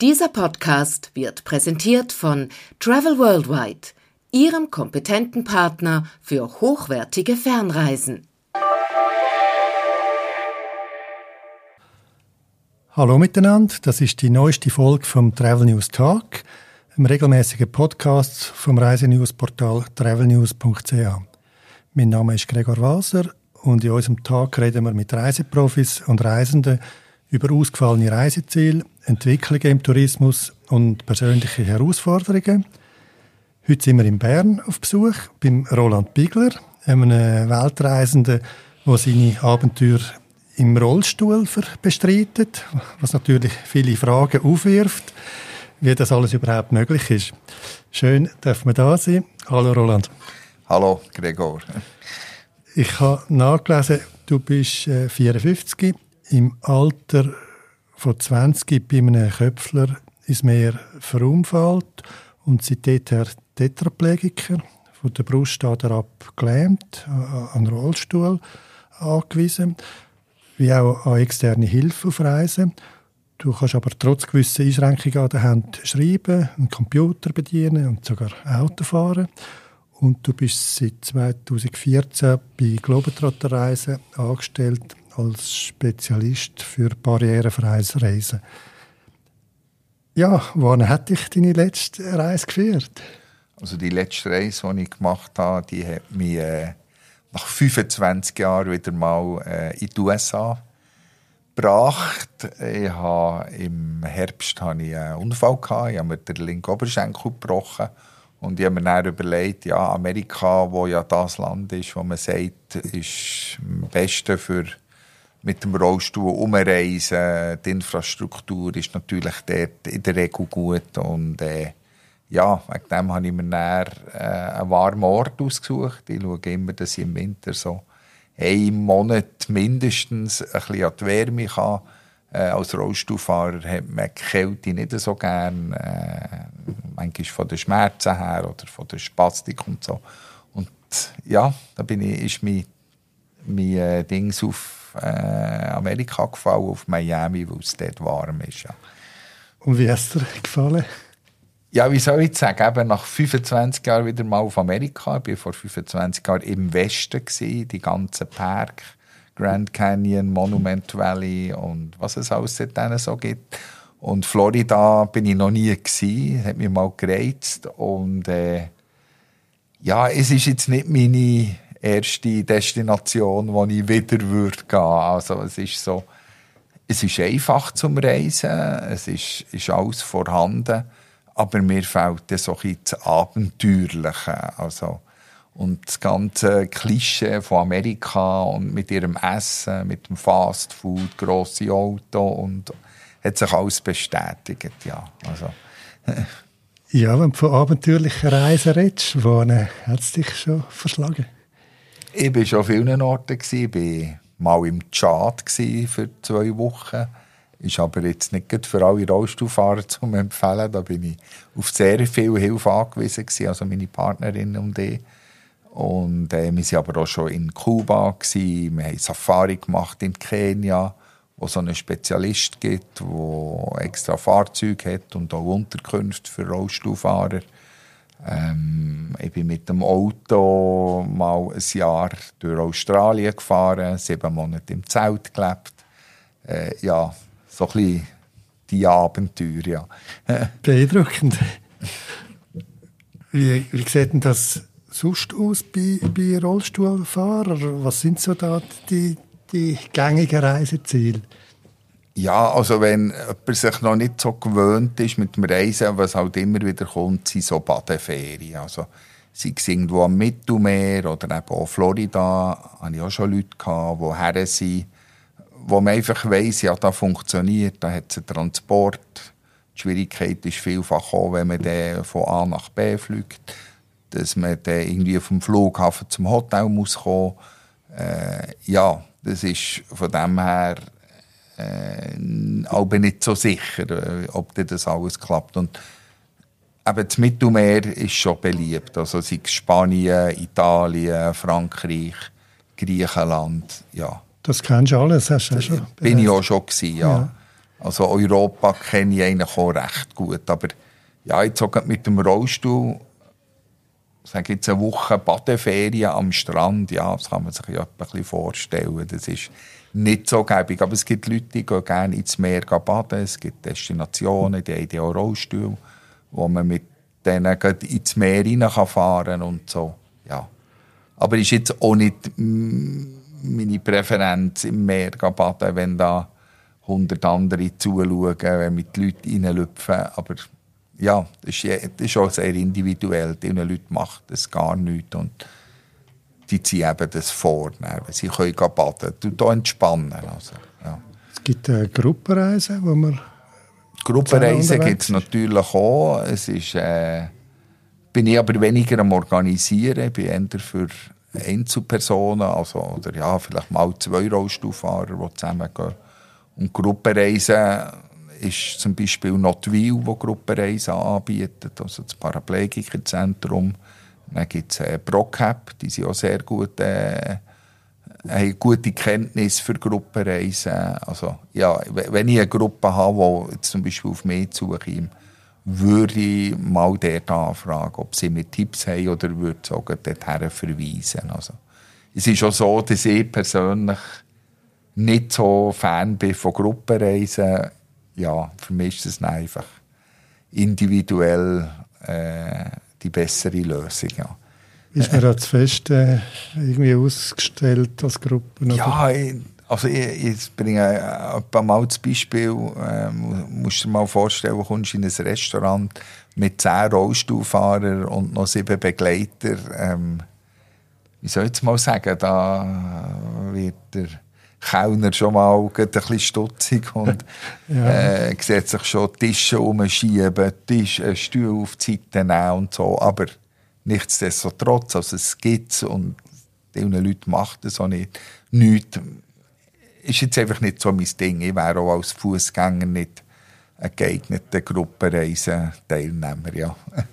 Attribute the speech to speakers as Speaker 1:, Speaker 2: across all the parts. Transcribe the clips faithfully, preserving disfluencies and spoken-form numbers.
Speaker 1: Dieser Podcast wird präsentiert von Travel Worldwide, Ihrem kompetenten Partner für hochwertige Fernreisen.
Speaker 2: Hallo miteinander, das ist die neueste Folge vom Travel News Talk, einem regelmäßigen Podcast vom Reisenewsportal travel news punkt c h. Mein Name ist Gregor Walser und in unserem Talk reden wir mit Reiseprofis und Reisenden über ausgefallene Reiseziele, Entwicklungen im Tourismus und persönliche Herausforderungen. Heute sind wir in Bern auf Besuch beim Roland Bigler, einem Weltreisenden, der seine Abenteuer im Rollstuhl bestreitet, was natürlich viele Fragen aufwirft, wie das alles überhaupt möglich ist. Schön, dass wir da sein. Hallo Roland.
Speaker 3: Hallo Gregor.
Speaker 2: Ich habe nachgelesen, du bist vierundfünfzig, im Alter von zwanzig bei einem Köpfler ins Meer verunfallt und seitdem Tetraplegiker, von der Brustader ab gelähmt, an einen Rollstuhl angewiesen, wie auch an externe Hilfe auf Reisen. Du kannst aber trotz gewisser Einschränkungen an der Hand schreiben, einen Computer bedienen und sogar Auto fahren. Und du bist seit zweitausendvierzehn bei Globetrotter Reisen angestellt als Spezialist für barrierefreies Reisen. Ja, wohin hat dich deine letzte Reise geführt?
Speaker 3: Also die letzte Reise, die ich gemacht habe, die hat mich äh, nach fünfundzwanzig Jahren wieder mal äh, in die U S A gebracht. Ich habe, Im Herbst hatte ich einen Unfall gehabt. Ich habe mir den linken Oberschenkel gebrochen. Und ich habe mir dann überlegt, ja, Amerika, wo ja das Land ist, wo man sagt, ist am besten für mit dem Rollstuhl umreisen. Die Infrastruktur ist natürlich dort in der Regel gut. Und äh, ja, wegen dem habe ich mir dann äh, einen warmen Ort ausgesucht. Ich schaue immer, dass ich im Winter so einen Monat mindestens ein bisschen an die Wärme kann. Äh, als Rollstuhlfahrer hat man die Kälte nicht so gern. Äh, manchmal von den Schmerzen her oder von der Spastik und so. Und ja, da bin ich, ist mein, mein äh, Dings auf äh, Amerika gefallen, auf Miami, weil es dort warm ist. Ja.
Speaker 2: Und wie hat es dir gefallen?
Speaker 3: Ja, wie soll ich sagen, eben nach fünfundzwanzig Jahren wieder mal auf Amerika. Ich war vor fünfundzwanzig Jahren im Westen gewesen, die ganzen Park, Grand Canyon, Monument Valley und was es alles dort so gibt. Und Florida bin ich noch nie gewesen, hat mich mal gereizt. Und äh, ja, es ist jetzt nicht meine erste Destination, wo ich wieder würde gehen. Also es ist so, es ist einfach zum Reisen, es ist, ist alles vorhanden. Aber mir fehlt so ein bisschen das Abenteuerliche. Also, und das ganze Klischee von Amerika und mit ihrem Essen, mit dem Fast Food, grosse Auto und hat sich alles bestätigt. Ja, also.
Speaker 2: Ja, wenn du von abenteuerlichen Reisen redest, wohin hat es dich schon verschlagen?
Speaker 3: Ich war schon an vielen Orten. Ich war mal im Tschad für zwei Wochen. Ist aber jetzt nicht für alle Rollstuhlfahrer zu empfehlen. Da bin ich auf sehr viel Hilfe angewiesen gewesen, also meine Partnerin und ich. Und äh, wir waren aber auch schon in Kuba gewesen. Wir haben Safari gemacht in Kenia, wo es so einen Spezialist gibt, der extra Fahrzeuge hat und auch Unterkünfte für Rollstuhlfahrer. Ähm, ich bin mit dem Auto mal ein Jahr durch Australien gefahren, sieben Monate im Zelt gelebt. Äh, ja, so ein bisschen die Abenteuer, ja.
Speaker 2: Beeindruckend. Wie, wie sieht denn das sonst aus bei, bei Rollstuhlfahrern? Was sind so da die, die gängigen Reiseziele?
Speaker 3: Ja, also wenn jemand sich noch nicht so gewöhnt ist mit dem Reisen, was halt immer wieder kommt, sind so Badeferien. Also sei es irgendwo am Mittelmeer oder eben auch Florida, hatte ich auch schon Leute gehabt, die her sind, wo man einfach weiss, ja, da funktioniert, da hat es einen Transport. Die Schwierigkeit ist vielfach auch, wenn man dann von A nach B fliegt, dass man dann irgendwie vom Flughafen zum Hotel muss kommen. Äh, ja, das ist von dem her äh, aber nicht so sicher, äh, ob das alles klappt. Und eben das Mittelmeer ist schon beliebt. Also sei es Spanien, Italien, Frankreich, Griechenland, ja.
Speaker 2: Das kennst du alles, hast du ja schon.
Speaker 3: Bin ich auch schon gewesen, ja. ja. Also Europa kenne ich eigentlich auch recht gut. Aber ja, jetzt auch mit dem Rollstuhl, sage jetzt eine Woche Badeferien am Strand, ja, das kann man sich ja ein bisschen vorstellen. Das ist nicht so gäbig. Aber es gibt Leute, die gehen gerne ins Meer baden. Es gibt Destinationen, die haben auch Rollstuhl, wo man mit denen ins Meer reinfahren kann und so. Ja. Aber es ist jetzt auch nicht meine Präferenz, im Meer baden, wenn da hundert andere zuschauen, wenn mit den Leuten reinlüpfen. Aber ja, das ist, das ist auch sehr individuell. Die Leute machen das gar nicht und die ziehen eben das vor. Sie können baden und hier entspannen. Also, ja.
Speaker 2: Es gibt äh, Gruppenreisen, wo man
Speaker 3: Gruppenreisen gibt es natürlich auch. Es ist, äh, bin ich aber weniger am Organisieren. Ich bin eher für Einzelpersonen, also, oder ja, vielleicht mal zwei Rollstuhlfahrer, die zusammengehen. Und Gruppenreisen ist zum Beispiel Notwil, wo Gruppenreisen anbietet, also das Paraplegikerzentrum. Dann gibt es äh, Brockhab, die sind auch sehr gut, äh, haben gute Kenntnis für Gruppenreisen. Also, ja, wenn ich eine Gruppe habe, die zum Beispiel auf mich zukommt, würde ich mal dort anfragen, ob sie mir Tipps haben oder würde sogar dorthin verweisen. Also, es ist auch so, dass ich persönlich nicht so Fan bin von Gruppenreisen. Ja, für mich ist es einfach individuell äh, die bessere Lösung. Ja.
Speaker 2: Ist mir das fest äh, irgendwie ausgestellt als Gruppe? Oder?
Speaker 3: Ja, ich, also ich, ich bringe ein paar Mal das Beispiel. Äh, musst dir mal vorstellen, du kommst in ein Restaurant mit zehn Rollstuhlfahrern und noch sieben Begleitern. Ähm, wie soll ich jetzt mal sagen, da wird der Kellner schon mal ein bisschen stutzig und ja. äh, sieht sich schon Tische umschieben, Tisch, äh, Stühle auf die Seite nehmen und so. Aber nichtsdestotrotz, also es gibt es und die Leute machen das auch nicht. Nichts ist jetzt einfach nicht so mein Ding. Ich wäre auch als Fußgänger nicht ein geeigneter Gruppenreisen-Teilnehmer, ja.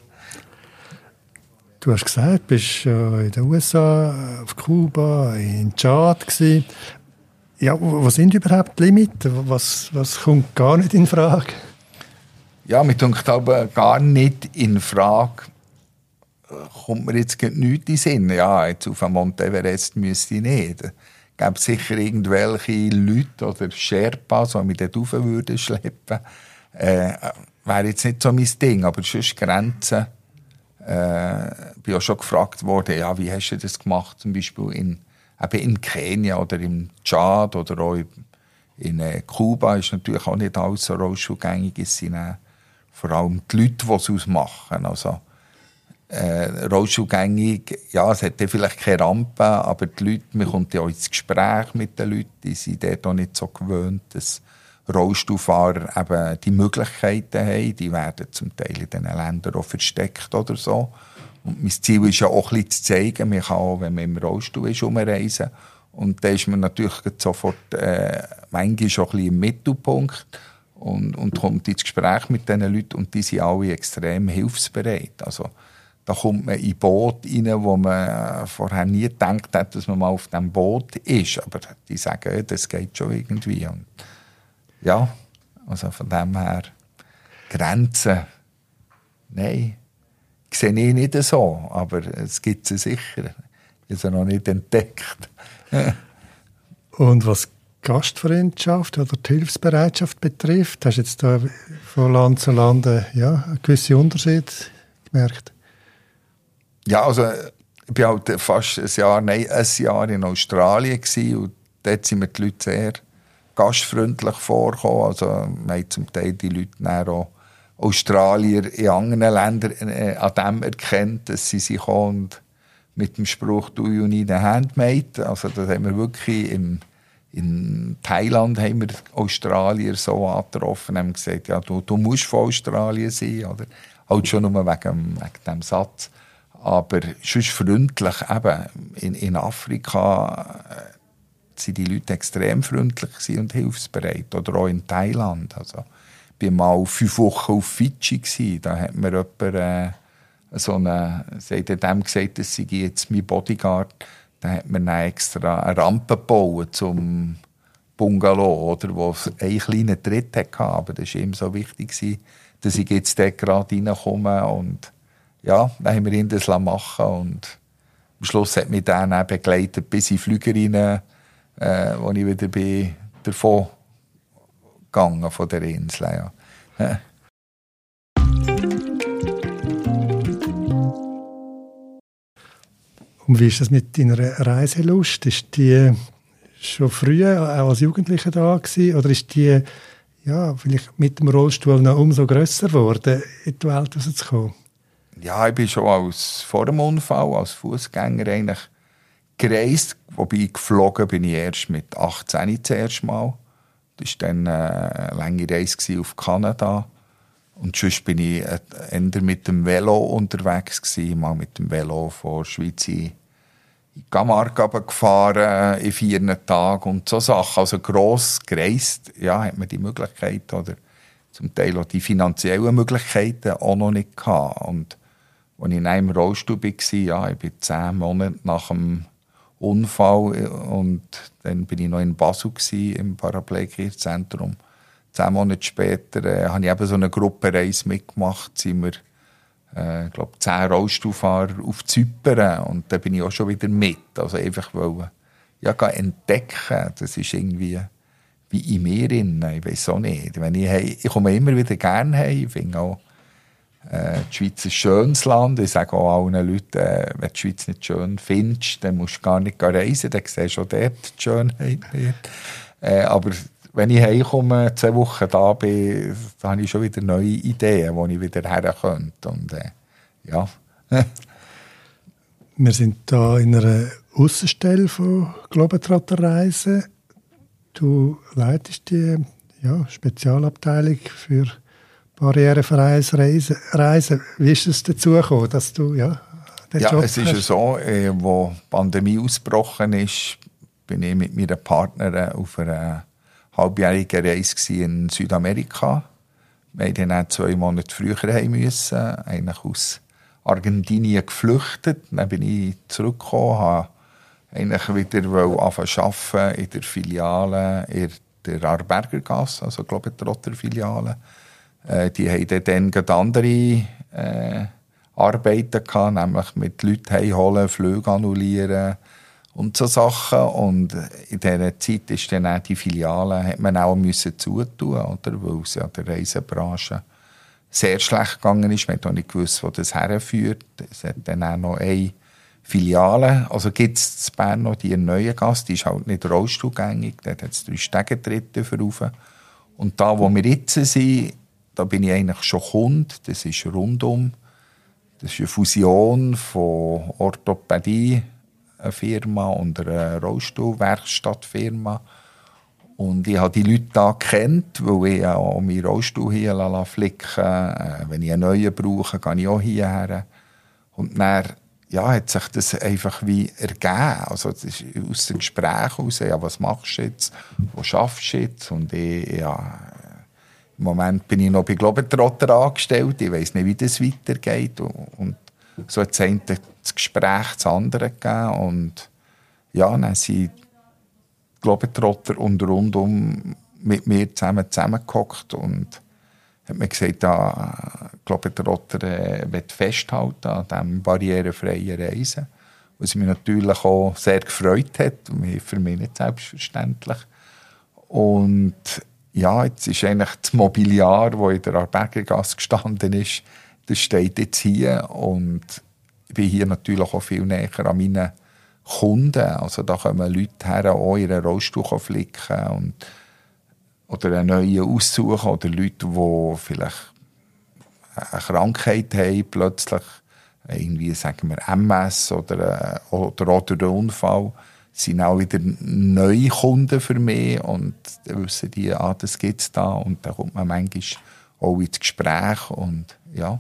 Speaker 2: Du hast gesagt, du bist in den U S A, auf Kuba, in Tschad gewesen. Ja, was sind überhaupt die Limiten? Was, was kommt gar nicht in Frage?
Speaker 3: Ja, mir denkt aber gar nicht in Frage. Kommt mir jetzt nichts in den Sinn. Ja, jetzt auf den Mount Everest müsste ich nicht. Es gäbe sicher irgendwelche Leute oder Sherpas, die mich dort rauf würden schleppen. Äh, wäre jetzt nicht so mein Ding, aber sonst Grenzen. Ich äh, bin auch schon gefragt worden, ja, wie hast du das gemacht, zum Beispiel in Eben in Kenia oder im Tschad oder auch in äh, Kuba ist natürlich auch nicht alles so rollstuhlgängig. Es sind äh, vor allem die Leute, die es ausmachen. Also, äh, rollstuhlgängig, ja, es hat ja vielleicht keine Rampe, aber die Leute, man kommt ja auch ins Gespräch mit den Leuten, die sind dort auch nicht so gewöhnt, dass Rollstuhlfahrer eben die Möglichkeiten haben. Die werden zum Teil in diesen Ländern auch versteckt oder so. Und mein Ziel ist ja auch ein bisschen zu zeigen, man kann auch, wenn man im Rollstuhl ist, umreisen. Und da ist man natürlich sofort äh, manchmal schon ein bisschen im Mittelpunkt und, und kommt ins Gespräch mit diesen Leuten und die sind alle extrem hilfsbereit. Also, da kommt man in Boot rein, wo man vorher nie gedacht hat, dass man mal auf diesem Boot ist. Aber die sagen, das geht schon irgendwie. Und ja, also von dem her, Grenzen, nein. Sehe ich nicht so, aber es gibt sie sicher. Ich habe sie noch nicht entdeckt.
Speaker 2: Und was Gastfreundschaft oder die Hilfsbereitschaft betrifft, hast du jetzt da von Land zu Land ja, einen gewissen Unterschied gemerkt?
Speaker 3: Ja, also ich war halt fast ein Jahr, nein, ein Jahr in Australien gewesen, und dort sind mir die Leute sehr gastfreundlich vorgekommen. Also wir haben zum Teil die Leute auch Australier in anderen Ländern äh, an dem erkennt, dass sie sich und mit dem Spruch «Do you need a handmade?» Also das haben wir wirklich in, in Thailand haben wir Australier so angetroffen und haben gesagt, ja, du, du musst von Australien sein, oder? Halt schon nur wegen, wegen dem Satz. Aber sonst freundlich, eben, in, in Afrika äh, sind die Leute extrem freundlich und hilfsbereit. Oder auch in Thailand, also ich war mal fünf Wochen auf Fidschi. Da hat mir jemand äh, so eine, sie hat dem gesagt, das sei jetzt mein Bodyguard. Da hat mir dann extra eine Rampe gebaut, um Bungalow, oder, wo es einen kleinen Tritt hatte. Aber das war ihm so wichtig, dass ich jetzt dort gerade reinkomme. Und ja, dann haben wir ihn das machen und am Schluss hat mich dann auch begleitet bis in Flügerinnen, äh, wo ich wieder bin, davon gegangen von der Insel. Ja.
Speaker 2: Und wie ist das mit deiner Reiselust? Ist die schon früher, auch als Jugendlicher da gewesen? Oder ist die ja, vielleicht mit dem Rollstuhl noch umso grösser geworden, in die Welt rauszukommen?
Speaker 3: Ja, ich bin schon als, vor dem Unfall als Fußgänger eigentlich gereist. Wobei geflogen bin ich erst mit achtzehn das erste Mal. Das war dann eine lange Reise auf Kanada. Und sonst bin ich eher mit dem Velo unterwegs gewesen. Mal mit dem Velo von der Schweiz in Camargue gefahren in vier Tagen und so Sachen. Also gross gereist, ja, hat man die Möglichkeit oder zum Teil auch die finanziellen Möglichkeiten auch noch nicht gehabt. Und als ich in einem Rollstuhl war, ja, ich bin zehn Monate nach dem Unfall und dann bin ich noch in Basel gewesen, im Paraplegiker-Zentrum. Zehn Monate später äh, habe ich eben so eine Gruppenreise mitgemacht. Sind wir, äh, glaube zehn Rollstuhlfahrer auf Zypern und da bin ich auch schon wieder mit. Also einfach wollen, ja, entdecken. Das ist irgendwie wie in mir drin. Ich weiß auch nicht. Wenn ich, hey, ich komme immer wieder gerne heim. Ich finde auch äh, die Schweiz ein schönes Land. Ich sage auch allen Leuten, äh, wenn du die Schweiz nicht schön findest, dann musst du gar nicht reisen. Dann siehst du schon dort die Schönheit. Äh, aber wenn ich heimkomme, zwei Wochen da bin, da habe ich schon wieder neue Ideen, wo ich wieder her könnte. Und, äh, ja.
Speaker 2: Wir sind hier in einer Aussenstelle von Globetrotter-Reisen. Du leitest die ja, Spezialabteilung für barrierefreies Reisen. Reisen. Wie ist es dazu gekommen, dass du ja, den
Speaker 3: ja,
Speaker 2: Job
Speaker 3: es ist ja so, äh, wo die Pandemie ausgebrochen ist, bin ich mit meiner Partnerin auf einer halbjährige Reise in Südamerika. Wir mussten dann zwei Monate früher heim müssen, eigentlich aus Argentinien geflüchtet. Dann bin ich zurückgekommen, habe eigentlich wieder anfangen in der Filiale in der Arbergergasse, also Globetrotter-Filiale. Äh, die hatten dann gerade andere äh, Arbeiten gehabt, nämlich mit Leuten heimholen, Flüge annullieren und so Sachen. Und in dieser Zeit ist dann auch die Filiale, hat man auch müssen zutun, oder? Weil es ja der Reisebranche sehr schlecht gegangen ist. Man hat auch nicht gewusst, wo das herführt. Es hat dann auch noch eine Filiale. Also gibt es in Bern noch die neue Gast, die ist halt nicht rollstuhlgängig. Dort hat es drei Stegentritte vorauf. Und da, wo wir jetzt sind, da bin ich eigentlich schon Kunde. Das ist rundum. Das ist eine Fusion von Orthopädie, eine Firma und eine Rollstuhlwerkstattfirma. Und ich habe die Leute da gekannt, weil ich auch meinen Rollstuhl hier flicken lasse. Wenn ich einen neuen brauche, gehe ich auch hierher. Und dann ja, hat sich das einfach wie ergeben. Also das ist aus dem Gespräch heraus, ja, was machst du jetzt, wo schaffst du jetzt? Und ich, ja, im Moment bin ich noch bei Globetrotter angestellt, ich weiss nicht, wie das weitergeht. Und so hat es ein das Gespräch das andere gegeben. Und ja, dann sind Globetrotter und rundum mit mir zusammen zusammengehockt und hat mir gesagt, ja, Globetrotter äh, will festhalten an diesem barrierefreien Reisen. Was mich natürlich auch sehr gefreut hat, für mich nicht selbstverständlich. Und ja, jetzt ist eigentlich das Mobiliar, das in der Arbergergasse gestanden ist, das steht jetzt hier und ich bin hier natürlich auch viel näher an meinen Kunden. Also da kommen Leute her, auch ihren Rollstuhl flicken und oder einen neuen aussuchen oder Leute, die vielleicht eine Krankheit haben, plötzlich irgendwie, sagen wir, M S oder, oder, oder der Unfall, sind auch wieder neue Kunden für mich und dann wissen die, ah, das gibt es da und dann kommt man manchmal auch ins Gespräch und ja.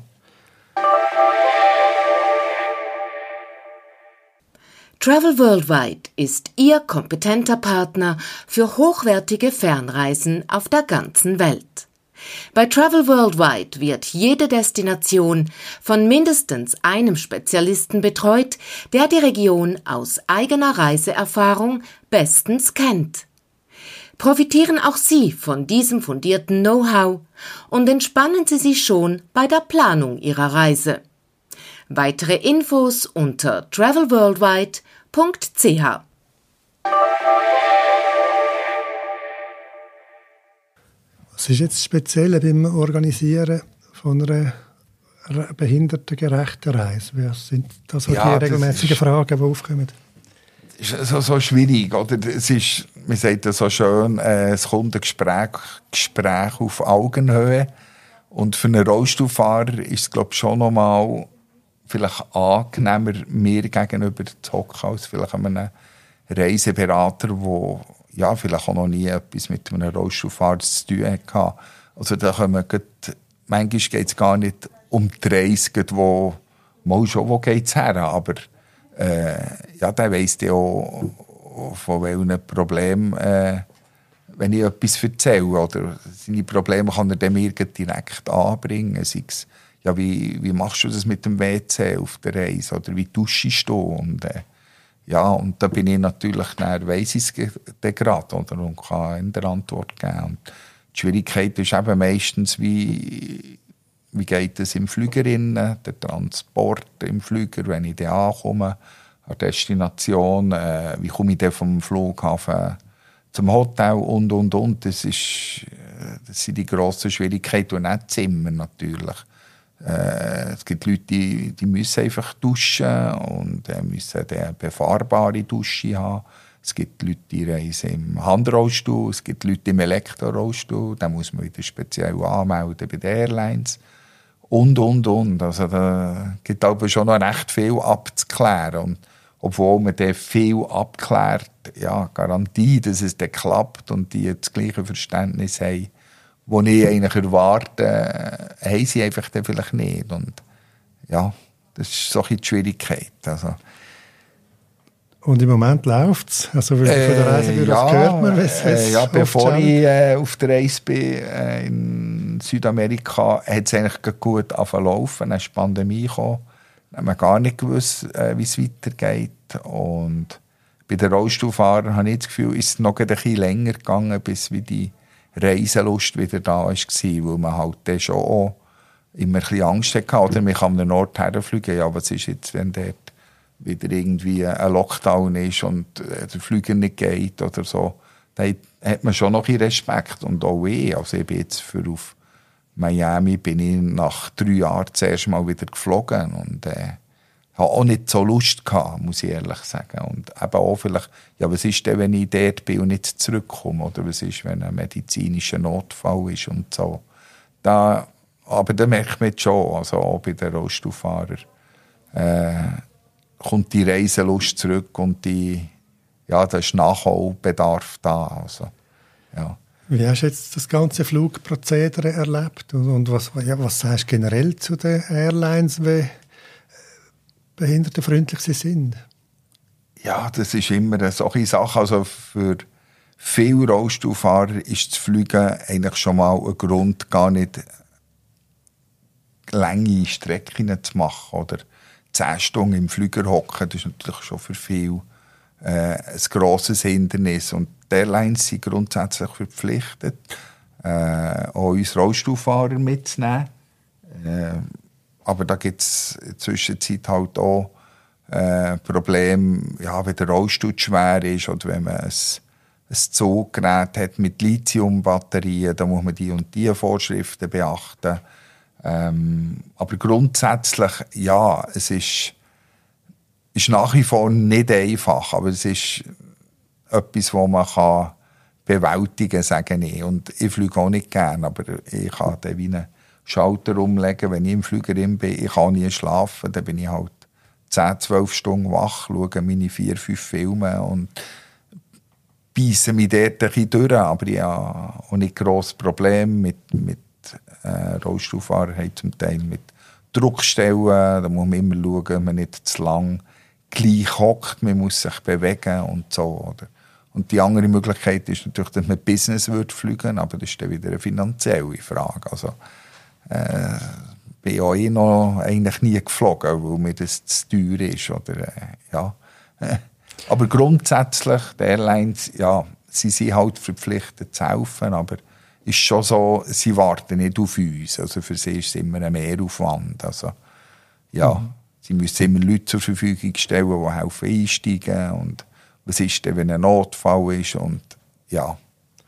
Speaker 1: Travel Worldwide ist Ihr kompetenter Partner für hochwertige Fernreisen auf der ganzen Welt. Bei Travel Worldwide wird jede Destination von mindestens einem Spezialisten betreut, der die Region aus eigener Reiseerfahrung bestens kennt. Profitieren auch Sie von diesem fundierten Know-how und entspannen Sie sich schon bei der Planung Ihrer Reise. Weitere Infos unter travel worldwide punkt c h.
Speaker 2: Was ist jetzt speziell beim Organisieren von einer behindertengerechten Reise? Was sind das ja, die regelmäßigen Fragen, die aufkommen?
Speaker 3: Es ist so, so schwierig, oder? Es ist, man sagt das so schön, äh, es kommt ein Gespräch, Gespräch auf Augenhöhe. Und für einen Rollstuhlfahrer ist es, glaube ich, schon nochmal vielleicht angenehmer, mir gegenüber zu hocken, als vielleicht einem Reiseberater, der ja, vielleicht auch noch nie etwas mit einem Rollstuhlfahrer zu tun hatte. Also da können wir grad, manchmal geht es gar nicht um die Reise, wo mal schon, wo geht es her, aber äh, ja, der weiss ja auch, von welchen Problemen, äh, wenn ich etwas erzähle, oder seine Probleme kann er mir direkt anbringen, sei es, ja, wie, wie machst du das mit dem W C auf der Reise, oder wie duschst du, und äh, ja, und da bin ich natürlich, dann weiss ich es dann gerade, oder, und kann in der Antwort geben. Und die Schwierigkeit ist eben meistens, wie, wie geht es im Flügerinnen, der Transport im Flüger, wenn ich dann ankomme, an der Destination, äh, wie komme ich dann vom Flughafen zum Hotel und, und, und. Das, ist, das sind die grossen Schwierigkeiten, und auch Zimmer natürlich. Äh, es gibt Leute, die, die müssen einfach duschen und äh, müssen eine befahrbare Dusche haben. Es gibt Leute, die reisen im Handrollstuhl, es gibt Leute im Elektrorollstuhl, da muss man wieder speziell anmelden bei den Airlines. Und, und, und. Also da gibt es aber schon noch recht viel abzuklären. Und obwohl man dann viel abklärt, ja, Garantie, dass es dann klappt und die das gleiche Verständnis haben, das ich eigentlich erwarte, haben sie einfach dann vielleicht nicht. Und ja, das ist so ein die Schwierigkeit. Also,
Speaker 2: und im Moment läuft es? Also von der Reisebüros
Speaker 3: äh, ja,
Speaker 2: hört man, was
Speaker 3: äh, ja, bevor ich äh, auf der Reise bin äh, in Südamerika, hat es eigentlich gut angefangen. Dann ist die Pandemie gekommen. Dann haben wir gar nicht gewusst, äh, wie es weitergeht. Und bei den Rollstuhlfahrern habe ich das Gefühl, ist es noch ein bisschen länger gegangen, bis wie die Reiselust wieder da war, weil man halt dann schon auch immer ein bisschen Angst hatte. Oder man kann an einen Ort herfliegen, ja, was ist jetzt, wenn dort wieder irgendwie ein Lockdown ist und der Flüger nicht geht oder so. Da hat man schon noch ein Respekt. Und auch ich, also ich bin jetzt für auf Miami, bin ich nach drei Jahren das erste Mal wieder geflogen und äh, habe auch nicht so Lust gehabt, muss ich ehrlich sagen. Und eben auch vielleicht, ja, was ist denn, wenn ich dort bin und nicht zurückkomme? Oder was ist, wenn ein medizinischer Notfall ist und so. Da, aber da merkt man jetzt schon, also auch bei den Rollstuhlfahrern, äh, kommt die Reiselust zurück und die, ja, da ist Nachholbedarf da. Also, ja.
Speaker 2: Wie hast du jetzt das ganze Flugprozedere erlebt? Und, und was, ja, was sagst du generell zu den Airlines, wie behindertenfreundlich sie sind?
Speaker 3: Ja, das ist immer eine solche Sache. Also für viele Rollstuhlfahrer ist das Fliegen eigentlich schon mal ein Grund, gar nicht lange Strecken zu machen. Oder zehn Stunden im Flüger hocken, das ist natürlich schon für viele äh, ein grosses Hindernis. Und die Airlines sind grundsätzlich verpflichtet, äh, auch uns Rollstuhlfahrer mitzunehmen. Äh, aber da gibt es in der Zwischenzeit halt auch äh, Probleme, ja, wenn der Rollstuhl schwer ist oder wenn man ein, ein Zuggerät hat mit Lithiumbatterien, dann muss man die und die Vorschriften beachten. Ähm, aber grundsätzlich, ja, es ist, ist nach wie vor nicht einfach, aber es ist etwas, das man kann bewältigen kann, sage ich. Und ich fliege auch nicht gerne, aber ich kann dann wie einen Schalter umlegen, wenn ich im Flüger bin. Ich kann nie schlafen, dann bin ich halt zehn, zwölf Stunden wach, schaue meine vier, fünf Filme und beisse mich dort ein bisschen durch. Aber ich habe auch nicht grosses Problem mit, mit äh, Rollstuhlfahrern, haben zum Teil mit Druckstellen. Da muss man immer schauen, dass man nicht zu lang gleich hockt, man muss sich bewegen und so. Oder? Und die andere Möglichkeit ist natürlich, dass man Business würde fliegen, aber das ist dann wieder eine finanzielle Frage. Also, äh, bin auch eh noch eigentlich nie geflogen, weil mir das zu teuer ist. Oder, äh, ja. Aber grundsätzlich, die Airlines, ja, sie sind halt verpflichtet zu helfen, aber es ist schon so, sie warten nicht auf uns. Also für sie ist es immer ein Mehraufwand. Also, ja, mhm. sie müssen immer Leute zur Verfügung stellen, die helfen einsteigen. Und was ist denn, wenn ein Notfall ist? Und, ja.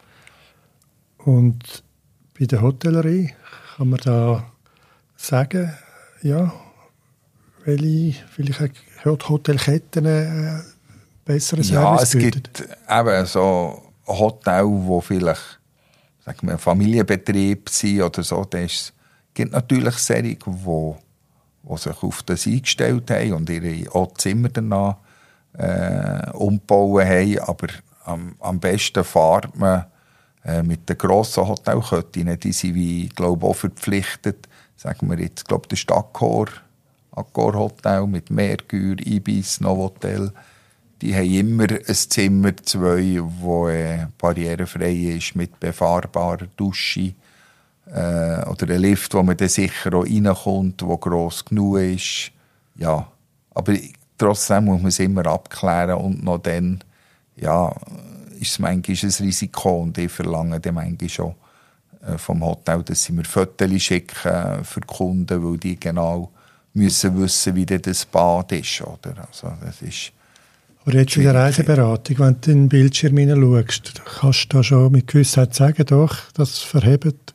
Speaker 2: Und bei der Hotellerie kann man da sagen, ja, welche vielleicht Hotelketten äh, bessere Service
Speaker 3: Ja, es
Speaker 2: bieten?
Speaker 3: gibt eben so Hotels, die vielleicht sagen wir, ein Familienbetrieb sind oder so. Es gibt natürlich solche, die, die sich auf das eingestellt haben und ihre auch Zimmer danach äh, umbauen haben. Aber am, am besten fährt man äh, mit den grossen Hotelketten. Die sind, wie, glaube ich, auch verpflichtet. Sagen wir jetzt, glaube ich, der Accor, Accor Hotel mit Mercure, Ibis, Novotel. Die haben immer ein Zimmer, zwei, das äh, barrierefrei ist, mit befahrbarer Dusche. Äh, oder ein Lift, wo man dann sicher auch reinkommt, der gross genug ist. Ja, aber trotzdem muss man es immer abklären. Und noch dann, ja, ist es manchmal ein Risiko. Und ich verlange dann manchmal schon äh, vom Hotel, dass sie mir Fotos schicken für die Kunden, weil die genau müssen wissen, wie das Bad ist. Oder? Also, das ist
Speaker 2: Aber jetzt in der Reiseberatung, wenn du in den Bildschirm hineinschaust, kannst du da schon mit Gewissheit sagen, doch, das verhebt?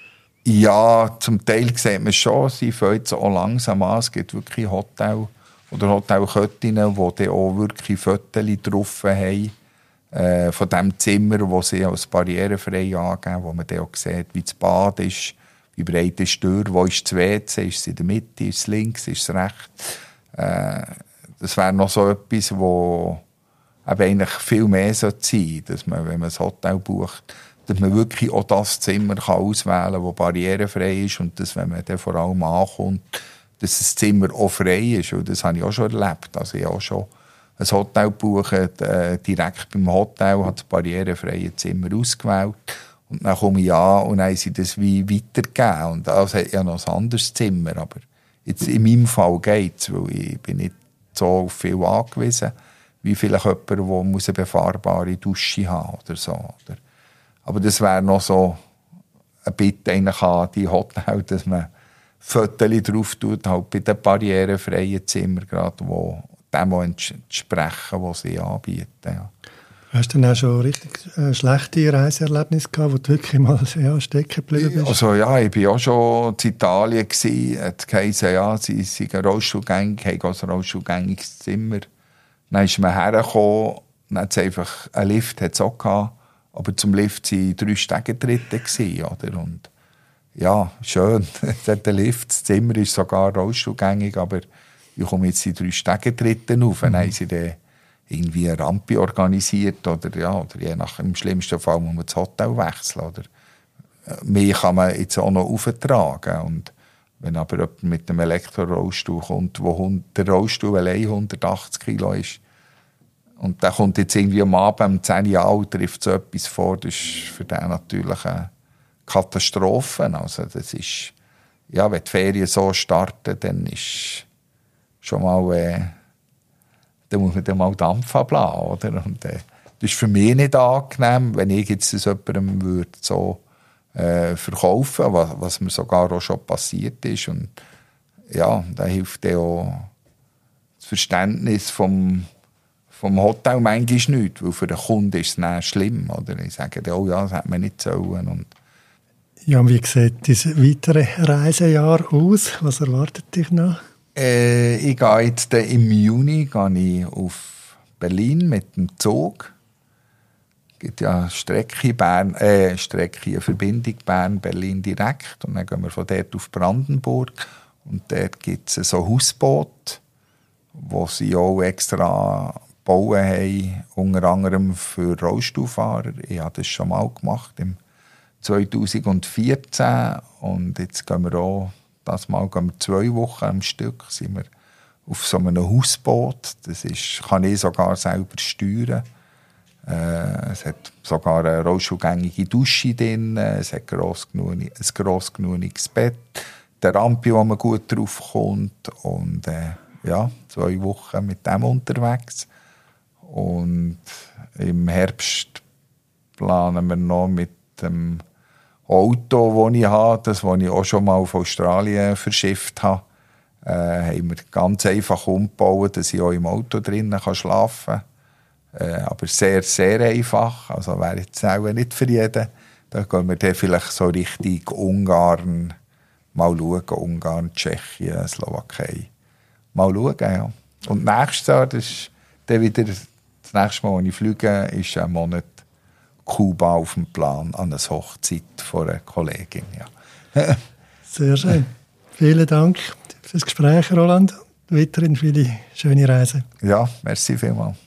Speaker 3: Ja, zum Teil sieht man schon, sie fangen jetzt auch langsam an. Es gibt wirklich Hotel oder Hotelketten, die dann auch wirklich Fotos drauf haben äh, von dem Zimmer, das sie als barrierefrei angeben, wo man dann auch sieht, wie das Bad ist, wie breit ist die Tür, wo ist das W C, ist es in der Mitte, ist es links, ist es rechts. Äh, Das wäre noch so etwas, wo eben eigentlich viel mehr sein sollte, dass man, wenn man ein Hotel bucht, dass man wirklich auch das Zimmer kann auswählen kann, das barrierefrei ist und dass, wenn man dann vor allem ankommt, dass das Zimmer auch frei ist. Und das habe ich auch schon erlebt. Also ich habe auch schon ein Hotel gebucht, äh, direkt beim Hotel, habe das barrierefreie Zimmer ausgewählt und dann komme ich an und dann haben sie das wie weitergegeben. Und das hat ja noch ein anderes Zimmer, aber jetzt in meinem Fall geht es, weil ich bin nicht so auf viel angewiesen, wie vielleicht jemand, der eine befahrbare Dusche haben muss oder so. Oder? Aber das wäre noch so eine Bitte eigentlich an die Hotel, dass man Fotos drauf tut, halt bei den barrierefreien Zimmern, gerade, wo dem entsprechen, was sie anbieten. Ja.
Speaker 2: Hast du denn auch schon richtig äh, schlechte Reiseerlebnisse gehabt, wo du wirklich mal ja, stecken geblieben bist?
Speaker 3: Also ja, ich war auch schon in Italien. Es heisst, ja, sie sind rollstuhlgängig, haben ein rollstuhlgängiges Zimmer. Dann ist man hergekommen, dann hat es einfach, einen Lift hat es auch gehabt, aber zum Lift waren drei Stegentritte gewesen, oder? Und ja, schön, es hat einen Lift, das Zimmer ist sogar rollstuhlgängig, aber ich komme jetzt die drei Stegentritte auf. Mhm. Dann haben sie dann irgendwie eine Rampe organisiert oder, ja, oder je nach, im schlimmsten Fall muss man das Hotel wechseln. Oder mehr kann man jetzt auch noch auftragen. Und wenn aber jemand mit einem Elektrorollstuhl kommt, wo der Rollstuhl allein hundertachtzig Kilo ist, und der kommt jetzt irgendwie am Abend um zehn Jahre alt, trifft so etwas vor, das ist für den natürlich eine Katastrophe. Also das ist, ja, wenn die Ferien so starten, dann ist schon mal... Äh, dann muss man dann mal Dampf ablassen, oder? Und, äh, das ist für mich nicht angenehm, wenn ich jetzt das jemandem würde so äh, verkaufen, was, was mir sogar auch schon passiert ist. Und ja, da hilft dann auch das Verständnis vom, vom Hotel manchmal nicht, weil für den Kunden ist es dann schlimm, oder? Ich sage dann, oh ja, das hätte man nicht sollen. Und
Speaker 2: ja, und wie sieht dieses weitere Reisejahr aus? Was erwartet dich noch?
Speaker 3: Äh, ich gehe jetzt äh, im Juni gehe ich auf Berlin mit dem Zug. Es gibt ja eine Strecke, Bern, äh, Strecke, eine Verbindung Bern-Berlin direkt. Und dann gehen wir von dort auf Brandenburg. Und dort gibt es so Hausboote, die sie auch extra gebaut haben, unter anderem für Rollstuhlfahrer. Ich habe das schon mal gemacht im zweitausendvierzehn. Und jetzt gehen wir auch Das Mal gehen wir zwei Wochen am Stück sind wir auf so einem Hausboot. Das ist, kann ich sogar selber steuern. Äh, es hat sogar eine rollstuhlgängige Dusche drin. Es hat gross genug, ein gross genuges Bett. Die Rampe, wo man gut drauf kommt. Und äh, ja, zwei Wochen mit dem unterwegs. Und im Herbst planen wir noch mit dem Auto, das ich habe, das, das ich auch schon mal auf Australien verschifft habe, äh, haben wir ganz einfach umgebaut, dass ich auch im Auto drinnen kann schlafen kann. Äh, aber sehr, sehr einfach. Also wäre jetzt auch nicht für jeden. Da gehen wir dann vielleicht so Richtung Ungarn mal schauen. Ungarn, Tschechien, Slowakei. Mal schauen, ja. Und nächstes Jahr, das ist dann wieder, das nächste Mal, wenn ich fliege, ist ein Monat Kuba auf dem Plan an einer Hochzeit von einer Kollegin. Ja.
Speaker 2: Sehr schön. Vielen Dank für das Gespräch, Roland. Weiterhin viele schöne Reisen.
Speaker 3: Ja, merci vielmals.